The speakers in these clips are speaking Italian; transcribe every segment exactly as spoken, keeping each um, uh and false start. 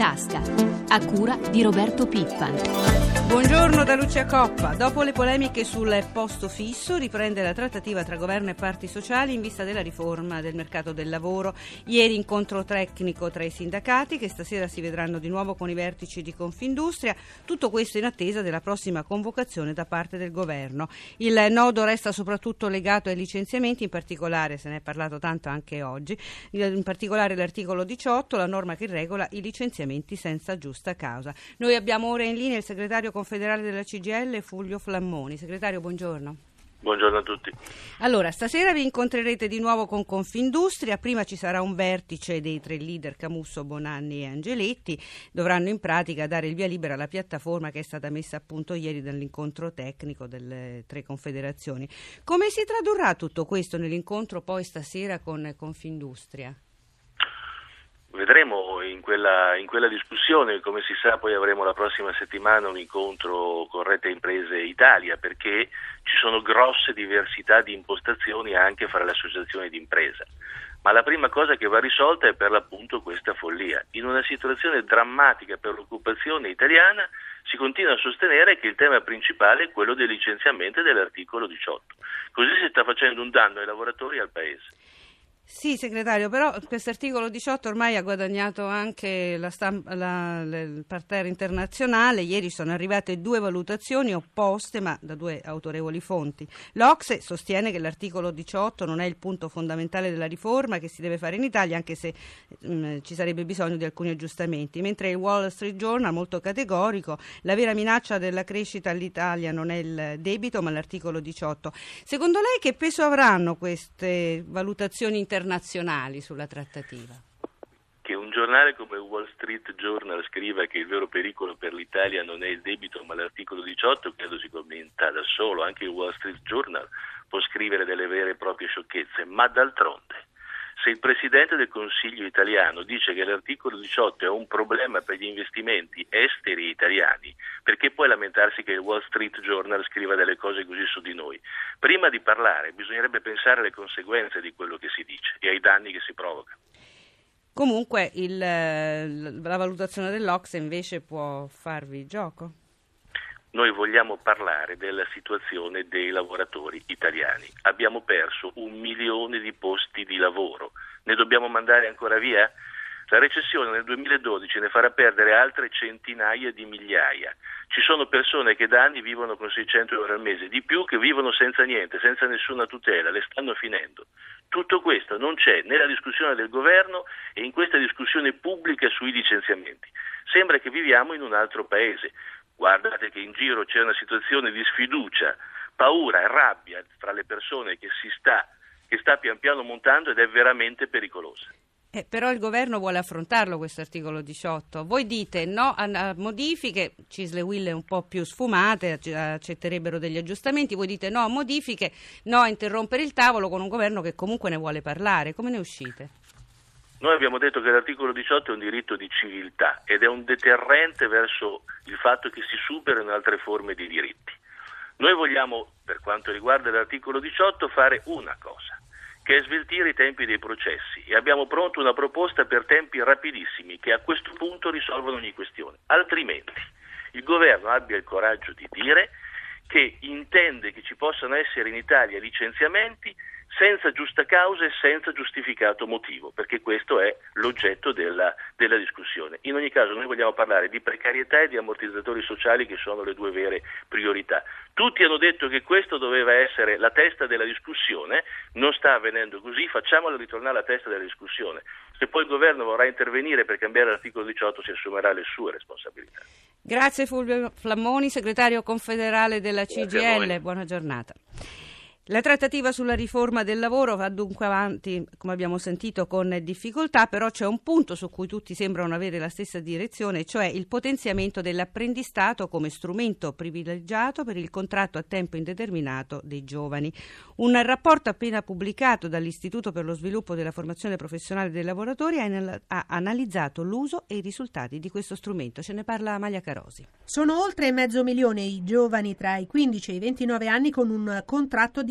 tasca, a cura di Roberto Pippan. Buongiorno da Lucia Coppa. Dopo le polemiche sul posto fisso, riprende la trattativa tra governo e parti sociali in vista della riforma del mercato del lavoro. Ieri incontro tecnico tra i sindacati, che stasera si vedranno di nuovo con i vertici di Confindustria. Tutto questo in attesa della prossima convocazione da parte del governo. Il nodo resta soprattutto legato ai licenziamenti, in particolare, se ne è parlato tanto anche oggi, in particolare l'articolo diciotto, la norma che regola i licenziamenti senza giusta causa. Noi abbiamo ora in linea il segretario confederale della C G I L, Fulvio Flammoni. Segretario, buongiorno. Buongiorno a tutti. Allora, stasera vi incontrerete di nuovo con Confindustria. Prima ci sarà un vertice dei tre leader Camusso, Bonanni e Angeletti. Dovranno in pratica dare il via libera alla piattaforma che è stata messa a punto ieri dall'incontro tecnico delle tre confederazioni. Come si tradurrà tutto questo nell'incontro poi stasera con Confindustria? Vedremo in quella, in quella discussione. Come si sa, poi avremo la prossima settimana un incontro con Rete Imprese Italia, perché ci sono grosse diversità di impostazioni anche fra le associazioni di impresa. Ma la prima cosa che va risolta è per l'appunto questa follia. In una situazione drammatica per l'occupazione italiana si continua a sostenere che il tema principale è quello del licenziamento dell'articolo diciotto. Così si sta facendo un danno ai lavoratori e al Paese. Sì, segretario, però questo articolo diciotto ormai ha guadagnato anche la stampa, la, la, il parterre internazionale. Ieri sono arrivate due valutazioni opposte, ma da due autorevoli fonti. L'O C S E sostiene che l'articolo diciotto non è il punto fondamentale della riforma che si deve fare in Italia, anche se mh, ci sarebbe bisogno di alcuni aggiustamenti, mentre il Wall Street Journal, molto categorico, la vera minaccia della crescita all'Italia non è il debito, ma l'articolo diciotto. Secondo lei che peso avranno queste valutazioni internazionali internazionali sulla trattativa? Che un giornale come il Wall Street Journal scriva che il vero pericolo per l'Italia non è il debito ma l'articolo diciotto, credo si commenta da solo. Anche il Wall Street Journal può scrivere delle vere e proprie sciocchezze, ma d'altronde, se il Presidente del Consiglio italiano dice che l'articolo diciotto è un problema per gli investimenti esteri italiani, perché poi lamentarsi che il Wall Street Journal scriva delle cose così su di noi? Prima di parlare bisognerebbe pensare alle conseguenze di quello che si dice e ai danni che si provoca. Comunque il, la valutazione dell'O C S E invece può farvi gioco? Noi vogliamo parlare della situazione dei lavoratori italiani. Abbiamo perso un milione di posti di lavoro. Ne dobbiamo mandare ancora via? La recessione nel duemiladodici ne farà perdere altre centinaia di migliaia. Ci sono persone che da anni vivono con seicento euro al mese, di più che vivono senza niente, senza nessuna tutela, le stanno finendo. Tutto questo non c'è nella discussione del governo e in questa discussione pubblica sui licenziamenti. Sembra che viviamo in un altro paese. Guardate che in giro c'è una situazione di sfiducia, paura e rabbia fra le persone che si sta, che sta pian piano montando ed è veramente pericolosa. Eh, però il governo vuole affrontarlo questo articolo diciotto. Voi dite no a, a modifiche, Cisle Will un po' più sfumate, accetterebbero degli aggiustamenti. Voi dite no a modifiche, no a interrompere il tavolo con un governo che comunque ne vuole parlare. Come ne uscite? Noi abbiamo detto che l'articolo diciotto è un diritto di civiltà ed è un deterrente verso il fatto che si superino altre forme di diritti. Noi vogliamo, per quanto riguarda l'articolo diciotto, fare una cosa, che è sveltire i tempi dei processi, e abbiamo pronto una proposta per tempi rapidissimi che a questo punto risolvono ogni questione. Altrimenti il governo abbia il coraggio di dire che intende che ci possano essere in Italia licenziamenti senza giusta causa e senza giustificato motivo, perché questo è l'oggetto della, della discussione. In ogni caso noi vogliamo parlare di precarietà e di ammortizzatori sociali, che sono le due vere priorità. Tutti hanno detto che questo doveva essere la testa della discussione, non sta avvenendo così, facciamolo ritornare alla testa della discussione. Se poi il governo vorrà intervenire per cambiare l'articolo diciotto si assumerà le sue responsabilità. Grazie Fulvio Flammoni, segretario confederale della C G I L, buona giornata. La trattativa sulla riforma del lavoro va dunque avanti, come abbiamo sentito, con difficoltà, però c'è un punto su cui tutti sembrano avere la stessa direzione, cioè il potenziamento dell'apprendistato come strumento privilegiato per il contratto a tempo indeterminato dei giovani. Un rapporto appena pubblicato dall'Istituto per lo sviluppo della formazione professionale dei lavoratori ha, ha analizzato l'uso e i risultati di questo strumento. Ce ne parla Amalia Carosi. Sono oltre mezzo milione i giovani tra i quindici e i ventinove anni con un contratto di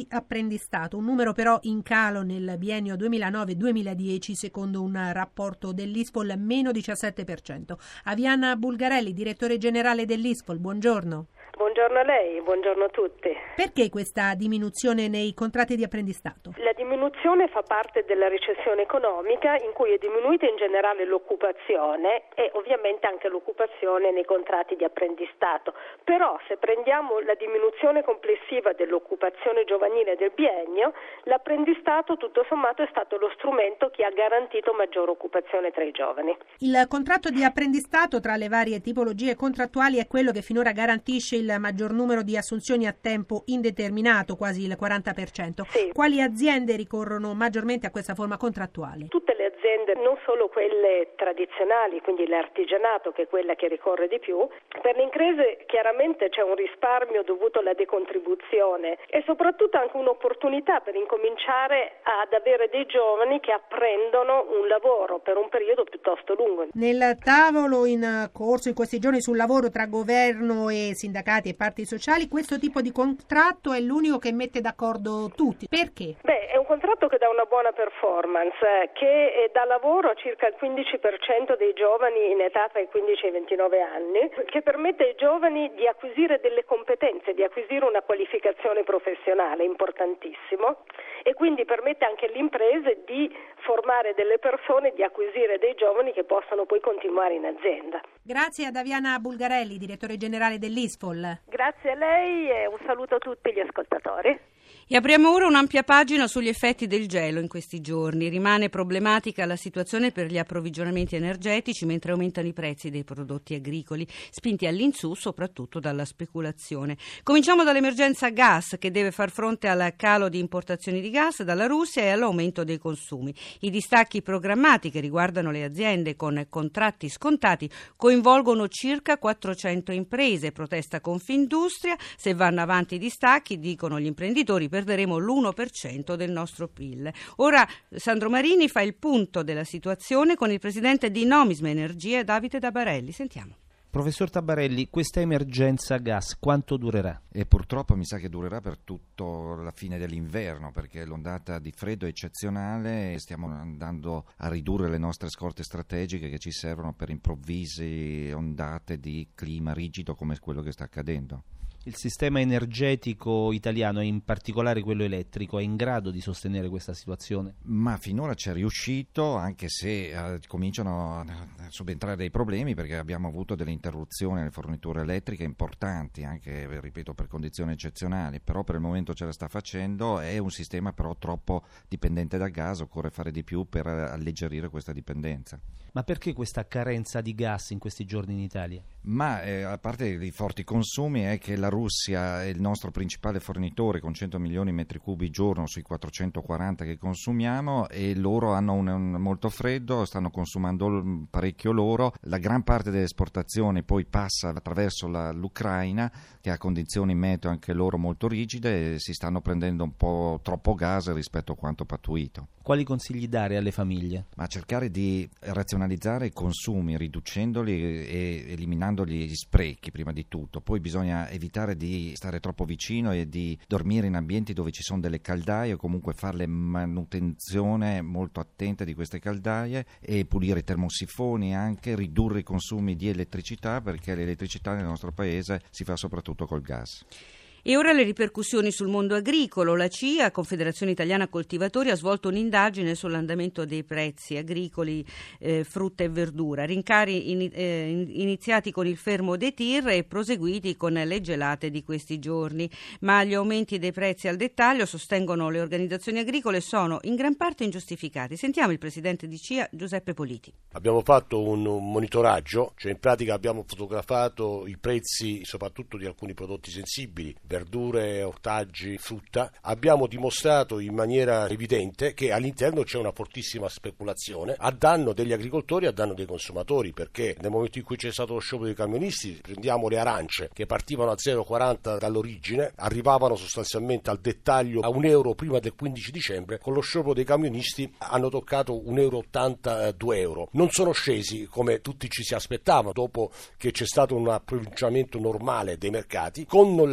apprendistato, un numero però in calo nel biennio duemilanove duemiladieci secondo un rapporto dell'Ispol, meno diciassette per cento. Aviana Bulgarelli, direttore generale dell'Ispol, buongiorno. Buongiorno a lei, buongiorno a tutti. Perché questa diminuzione nei contratti di apprendistato? La diminuzione fa parte della recessione economica in cui è diminuita in generale l'occupazione e ovviamente anche l'occupazione nei contratti di apprendistato. Però se prendiamo la diminuzione complessiva dell'occupazione giovanile del biennio, l'apprendistato tutto sommato è stato lo strumento che ha garantito maggiore occupazione tra i giovani. Il contratto di apprendistato tra le varie tipologie contrattuali è quello che finora garantisce il maggior numero di assunzioni a tempo indeterminato, quasi il quaranta per cento. Sì. Quali aziende ricorrono maggiormente a questa forma contrattuale? Tutte le aziende, non solo quelle tradizionali, quindi l'artigianato che è quella che ricorre di più. Per le imprese chiaramente c'è un risparmio dovuto alla decontribuzione e soprattutto anche un'opportunità per incominciare ad avere dei giovani che apprendono un lavoro per un periodo piuttosto lungo. Nel tavolo in corso in questi giorni sul lavoro tra governo e sindacati e parti sociali, questo tipo di contratto è l'unico che mette d'accordo tutti. Perché? Beh, è un contratto che dà una buona performance, eh, che dà lavoro a circa il quindici per cento dei giovani in età tra i quindici e i ventinove anni, che permette ai giovani di acquisire delle competenze, di acquisire una qualificazione professionale, importantissimo, e quindi permette anche alle imprese di formare delle persone, di acquisire dei giovani che possano poi continuare in azienda. Grazie ad Aviana Bulgarelli, direttore generale dell'Ispol. Grazie a lei e un saluto a tutti gli ascoltatori. E apriamo ora un'ampia pagina sugli effetti del gelo in questi giorni. Rimane problematica la situazione per gli approvvigionamenti energetici mentre aumentano i prezzi dei prodotti agricoli, spinti all'insù soprattutto dalla speculazione. Cominciamo dall'emergenza gas, che deve far fronte al calo di importazioni di gas dalla Russia e all'aumento dei consumi. I distacchi programmati che riguardano le aziende con contratti scontati coinvolgono circa quattrocento imprese. Protesta Confindustria: se vanno avanti i distacchi, dicono gli imprenditori, perderemo l'uno per cento del nostro P I L. Ora Sandro Marini fa il punto della situazione con il presidente di Nomisma Energia, Davide Tabarelli. Sentiamo. Professor Tabarelli, questa emergenza gas quanto durerà? E purtroppo mi sa che durerà per tutta la fine dell'inverno, perché l'ondata di freddo è eccezionale e stiamo andando a ridurre le nostre scorte strategiche che ci servono per improvvise ondate di clima rigido come quello che sta accadendo. Il sistema energetico italiano, e in particolare quello elettrico, è in grado di sostenere questa situazione? Ma finora ci è riuscito, anche se eh, cominciano a subentrare dei problemi, perché abbiamo avuto delle interruzioni alle forniture elettriche importanti, anche, ripeto, per condizioni eccezionali, però per il momento ce la sta facendo. È un sistema però troppo dipendente dal gas, occorre fare di più per alleggerire questa dipendenza. Ma perché questa carenza di gas in questi giorni in Italia? Ma eh, a parte i forti consumi è che la Russia è il nostro principale fornitore con cento milioni di metri cubi giorno sui quattrocentoquaranta che consumiamo, e loro hanno un, un molto freddo, stanno consumando parecchio loro. La gran parte delle esportazioni poi passa attraverso la, l'Ucraina, che ha condizioni meteo anche loro molto rigide, e si stanno prendendo un po' troppo gas rispetto a quanto pattuito. Quali consigli dare alle famiglie? Ma cercare di razionalizzare i consumi, riducendoli e eliminando gli sprechi prima di tutto. Poi bisogna evitare di stare troppo vicino e di dormire in ambienti dove ci sono delle caldaie, o comunque fare manutenzione molto attenta di queste caldaie, e pulire i termosifoni, anche ridurre i consumi di elettricità, perché l'elettricità nel nostro paese si fa soprattutto col gas. E ora le ripercussioni sul mondo agricolo. La C I A, Confederazione Italiana Coltivatori, ha svolto un'indagine sull'andamento dei prezzi agricoli, eh, frutta e verdura, rincari in, eh, iniziati con il fermo dei tir e proseguiti con le gelate di questi giorni. Ma gli aumenti dei prezzi al dettaglio, sostengono le organizzazioni agricole, sono in gran parte ingiustificati. Sentiamo il presidente di C I A, Giuseppe Politi. Abbiamo fatto un monitoraggio, cioè in pratica abbiamo fotografato i prezzi soprattutto di alcuni prodotti sensibili, verdure, ortaggi, frutta. Abbiamo dimostrato in maniera evidente che all'interno c'è una fortissima speculazione a danno degli agricoltori e a danno dei consumatori, perché nel momento in cui c'è stato lo sciopero dei camionisti, prendiamo le arance che partivano a zero virgola quaranta dall'origine, arrivavano sostanzialmente al dettaglio a un euro prima del quindici dicembre, con lo sciopero dei camionisti hanno toccato un euro ottanta, due euro. Non sono scesi come tutti ci si aspettavano, dopo che c'è stato un approvisionamento normale dei mercati, con la neve di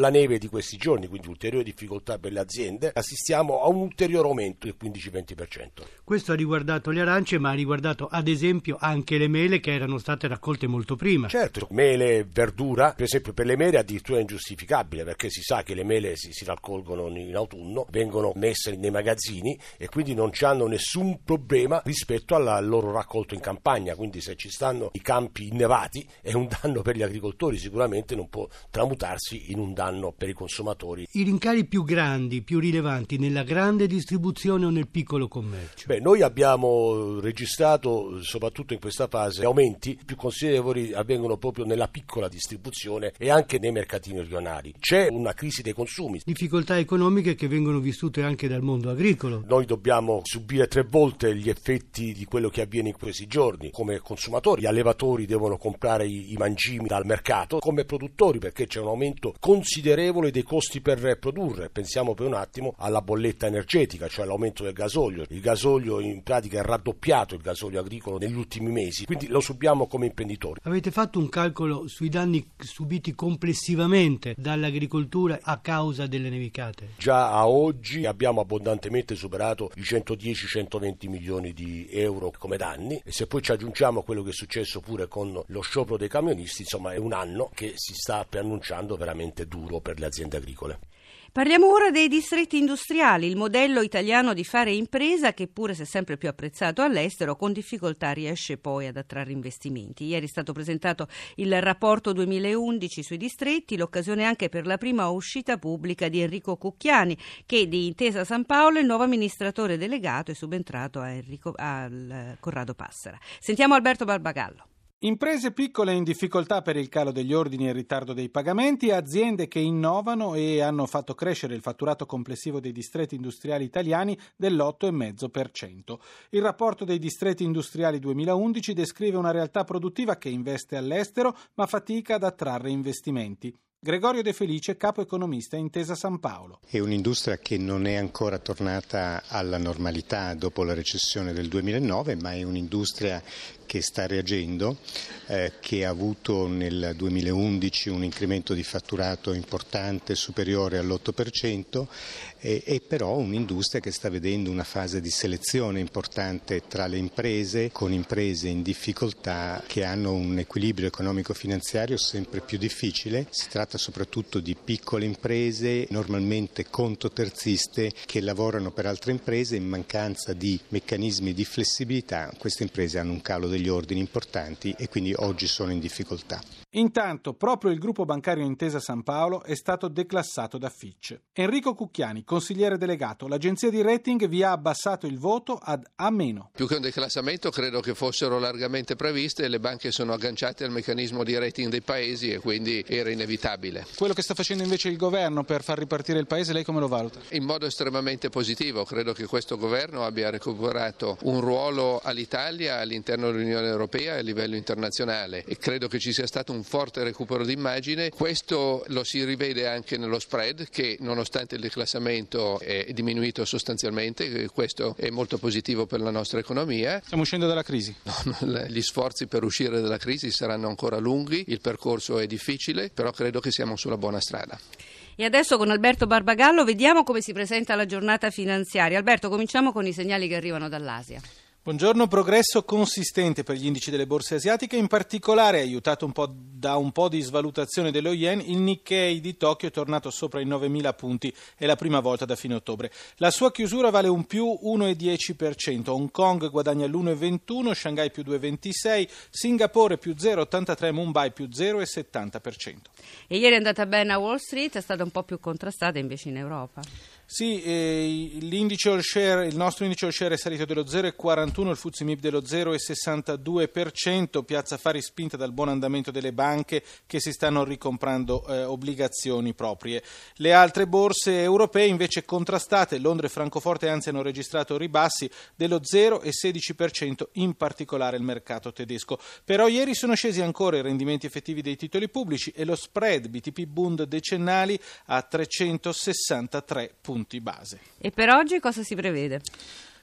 di questi giorni, quindi ulteriori difficoltà per le aziende, assistiamo a un ulteriore aumento del quindici venti per cento. Questo ha riguardato le arance, ma ha riguardato ad esempio anche le mele che erano state raccolte molto prima. Certo, mele, verdura, per esempio per le mele addirittura è ingiustificabile, perché si sa che le mele si, si raccolgono in autunno, vengono messe nei magazzini e quindi non hanno nessun problema rispetto al loro raccolto in campagna, quindi se ci stanno i campi innevati è un danno per gli agricoltori, sicuramente non può tramutarsi in un danno per i consumatori. I rincari più grandi, più rilevanti nella grande distribuzione o nel piccolo commercio? Beh, noi abbiamo registrato soprattutto in questa fase aumenti più considerevoli avvengono proprio nella piccola distribuzione e anche nei mercatini regionali. C'è una crisi dei consumi. Difficoltà economiche che vengono vissute anche dal mondo agricolo. Noi dobbiamo subire tre volte gli effetti di quello che avviene in questi giorni. Come consumatori, gli allevatori devono comprare i, i mangimi dal mercato, come produttori perché c'è un aumento considerevole dei costi per produrre. Pensiamo per un attimo alla bolletta energetica, cioè l'aumento del gasolio. Il gasolio in pratica è raddoppiato, il gasolio agricolo negli ultimi mesi, quindi lo subiamo come imprenditori. Avete fatto un calcolo sui danni subiti complessivamente dall'agricoltura a causa delle nevicate? Già a oggi abbiamo abbondantemente superato i centodieci centoventi milioni di euro come danni e se poi ci aggiungiamo quello che è successo pure con lo sciopero dei camionisti, insomma è un anno che si sta preannunciando veramente duro per le aziende agricole. Parliamo ora dei distretti industriali, il modello italiano di fare impresa che pure se sempre più apprezzato all'estero con difficoltà riesce poi ad attrarre investimenti. Ieri è stato presentato il rapporto duemilaundici sui distretti, l'occasione anche per la prima uscita pubblica di Enrico Cucchiani che di Intesa San Paolo è il nuovo amministratore delegato e subentrato a Enrico, al Corrado Passera. Sentiamo Alberto Barbagallo. Imprese piccole in difficoltà per il calo degli ordini e il ritardo dei pagamenti, aziende che innovano e hanno fatto crescere il fatturato complessivo dei distretti industriali italiani dell'otto virgola cinque per cento. Il rapporto dei distretti industriali duemilaundici descrive una realtà produttiva che investe all'estero ma fatica ad attrarre investimenti. Gregorio De Felice, capo economista Intesa San Paolo. È un'industria che non è ancora tornata alla normalità dopo la recessione del duemilanove, ma è un'industria che sta reagendo, eh, che ha avuto nel duemilaundici un incremento di fatturato importante superiore all'otto per cento, e, e però un'industria che sta vedendo una fase di selezione importante tra le imprese, con imprese in difficoltà che hanno un equilibrio economico-finanziario sempre più difficile. Si tratta soprattutto di piccole imprese, normalmente contoterziste, che lavorano per altre imprese in mancanza di meccanismi di flessibilità. Queste imprese hanno un calo degli ordini importanti e quindi oggi sono in difficoltà. Intanto, proprio il gruppo bancario Intesa San Paolo è stato declassato da Fitch. Enrico Cucchiani, consigliere delegato, l'agenzia di rating vi ha abbassato il voto ad A-. Più che un declassamento credo che fossero largamente previste, le banche sono agganciate al meccanismo di rating dei paesi e quindi era inevitabile. Quello che sta facendo invece il governo per far ripartire il paese, lei come lo valuta? In modo estremamente positivo, credo che questo governo abbia recuperato un ruolo all'Italia all'interno dell'Unione Europea e a livello internazionale e credo che ci sia stato un forte recupero d'immagine. Questo lo si rivede anche nello spread che nonostante il declassamento è diminuito sostanzialmente, questo è molto positivo per la nostra economia. Stiamo uscendo dalla crisi? No, gli sforzi per uscire dalla crisi saranno ancora lunghi, il percorso è difficile, però credo che siamo sulla buona strada. E adesso con Alberto Barbagallo vediamo come si presenta la giornata finanziaria. Alberto, cominciamo con i segnali che arrivano dall'Asia. Buongiorno, progresso consistente per gli indici delle borse asiatiche, in particolare aiutato un po' da un po' di svalutazione dello yen, il Nikkei di Tokyo è tornato sopra i novemila punti, è la prima volta da fine ottobre. La sua chiusura vale un più uno virgola dieci per cento, Hong Kong guadagna l'uno virgola ventuno, Shanghai più due virgola ventisei, Singapore più zero virgola ottantatré, Mumbai più zero virgola settanta per cento. E ieri è andata bene a Wall Street, è stata un po' più contrastata invece in Europa. Sì, eh, l'indice all share, il nostro indice all share è salito dello zero virgola quarantuno, il F T S E M I B dello zero virgola sessantadue per cento, Piazza Affari spinta dal buon andamento delle banche che si stanno ricomprando eh, obbligazioni proprie. Le altre borse europee invece contrastate, Londra e Francoforte anzi hanno registrato ribassi dello zero virgola sedici per cento, in particolare il mercato tedesco. Però ieri sono scesi ancora i rendimenti effettivi dei titoli pubblici e lo spread B T P Bund decennali a trecentosessantatré punti base. E per oggi cosa si prevede?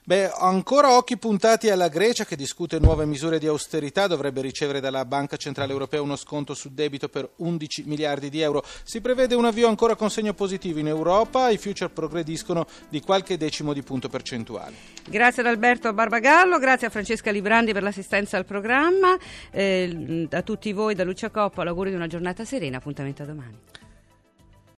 Beh, ancora occhi puntati alla Grecia che discute nuove misure di austerità, dovrebbe ricevere dalla Banca Centrale Europea uno sconto sul debito per undici miliardi di euro. Si prevede un avvio ancora con segno positivo in Europa, i future progrediscono di qualche decimo di punto percentuale. Grazie ad Alberto Barbagallo, grazie a Francesca Librandi per l'assistenza al programma, eh, a tutti voi da Lucia Coppa l'augurio di una giornata serena, appuntamento a domani.